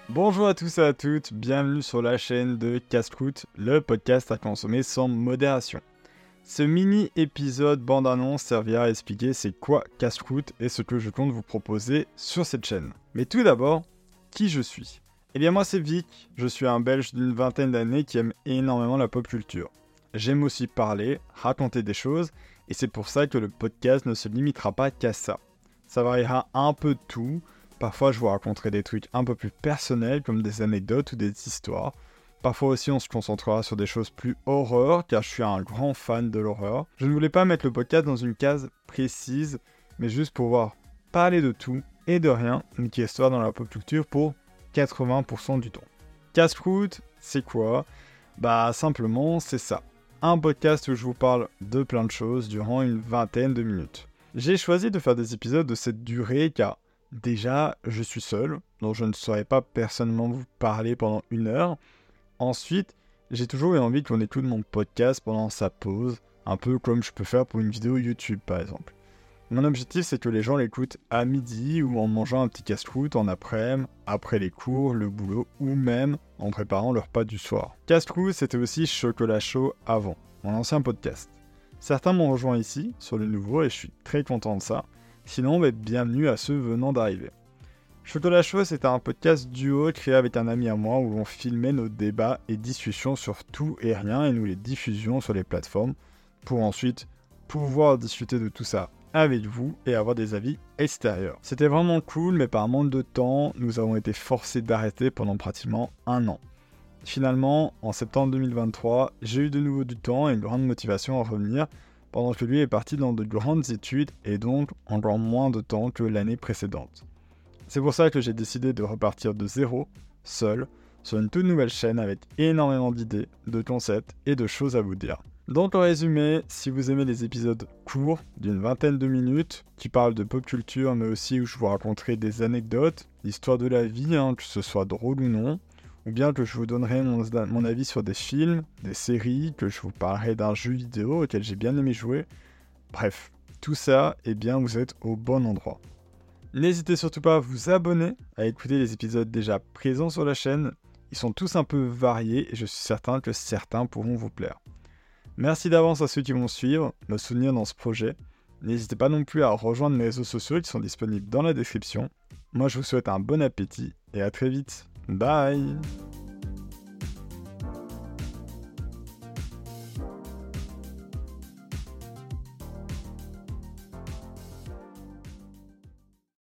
Bonjour à tous et à toutes, bienvenue sur la chaîne de Casse-Croûte, le podcast à consommer sans modération. Ce mini-épisode bande-annonce servira à expliquer c'est quoi Casse-Croûte et ce que je compte vous proposer sur cette chaîne. Mais tout d'abord, qui je suis ? Eh bien moi c'est Vic, je suis un Belge d'une vingtaine d'années qui aime énormément la pop culture. J'aime aussi parler, raconter des choses, et c'est pour ça que le podcast ne se limitera pas qu'à ça. Ça variera un peu de tout. Parfois, je vous raconterai des trucs un peu plus personnels, comme des anecdotes ou des histoires. Parfois aussi, on se concentrera sur des choses plus horreur, car je suis un grand fan de l'horreur. Je ne voulais pas mettre le podcast dans une case précise, mais juste pouvoir parler de tout et de rien, une histoire dans la pop culture pour 80% du temps. Casse-croûte, c'est quoi ? Bah simplement, c'est ça. Un podcast où je vous parle de plein de choses durant une vingtaine de minutes. J'ai choisi de faire des épisodes de cette durée car déjà, je suis seul, donc je ne saurais pas personnellement vous parler pendant 1 heure. Ensuite, j'ai toujours eu envie qu'on écoute mon podcast pendant sa pause, un peu comme je peux faire pour une vidéo YouTube par exemple. Mon objectif, c'est que les gens l'écoutent à midi ou en mangeant un petit casse-croûte en après-midi, après les cours, le boulot ou même en préparant leur repas du soir. Casse-croûte, c'était aussi Chocolat Chaud avant, mon ancien podcast. Certains m'ont rejoint ici, sur le nouveau, et je suis très content de ça. Sinon, bienvenue à ceux venant d'arriver. Chocolat Chaud, c'était un podcast duo créé avec un ami à moi où l'on filmait nos débats et discussions sur tout et rien et nous les diffusions sur les plateformes pour ensuite pouvoir discuter de tout ça avec vous et avoir des avis extérieurs. C'était vraiment cool, mais par manque de temps, nous avons été forcés d'arrêter pendant pratiquement 1 an. Finalement, en septembre 2023, j'ai eu de nouveau du temps et une grande motivation à revenir, pendant que lui est parti dans de grandes études et donc encore moins de temps que l'année précédente. C'est pour ça que j'ai décidé de repartir de zéro, seul, sur une toute nouvelle chaîne avec énormément d'idées, de concepts et de choses à vous dire. Donc en résumé, si vous aimez les épisodes courts, d'une vingtaine de minutes, qui parlent de pop culture mais aussi où je vous raconterai des anecdotes, l'histoire de la vie, que ce soit drôle ou non, ou bien que je vous donnerai mon avis sur des films, des séries, que je vous parlerai d'un jeu vidéo auquel j'ai bien aimé jouer. Bref, tout ça, vous êtes au bon endroit. N'hésitez surtout pas à vous abonner, à écouter les épisodes déjà présents sur la chaîne. Ils sont tous un peu variés et je suis certain que certains pourront vous plaire. Merci d'avance à ceux qui vont suivre, me soutenir dans ce projet. N'hésitez pas non plus à rejoindre mes réseaux sociaux qui sont disponibles dans la description. Moi je vous souhaite un bon appétit et à très vite. Bye.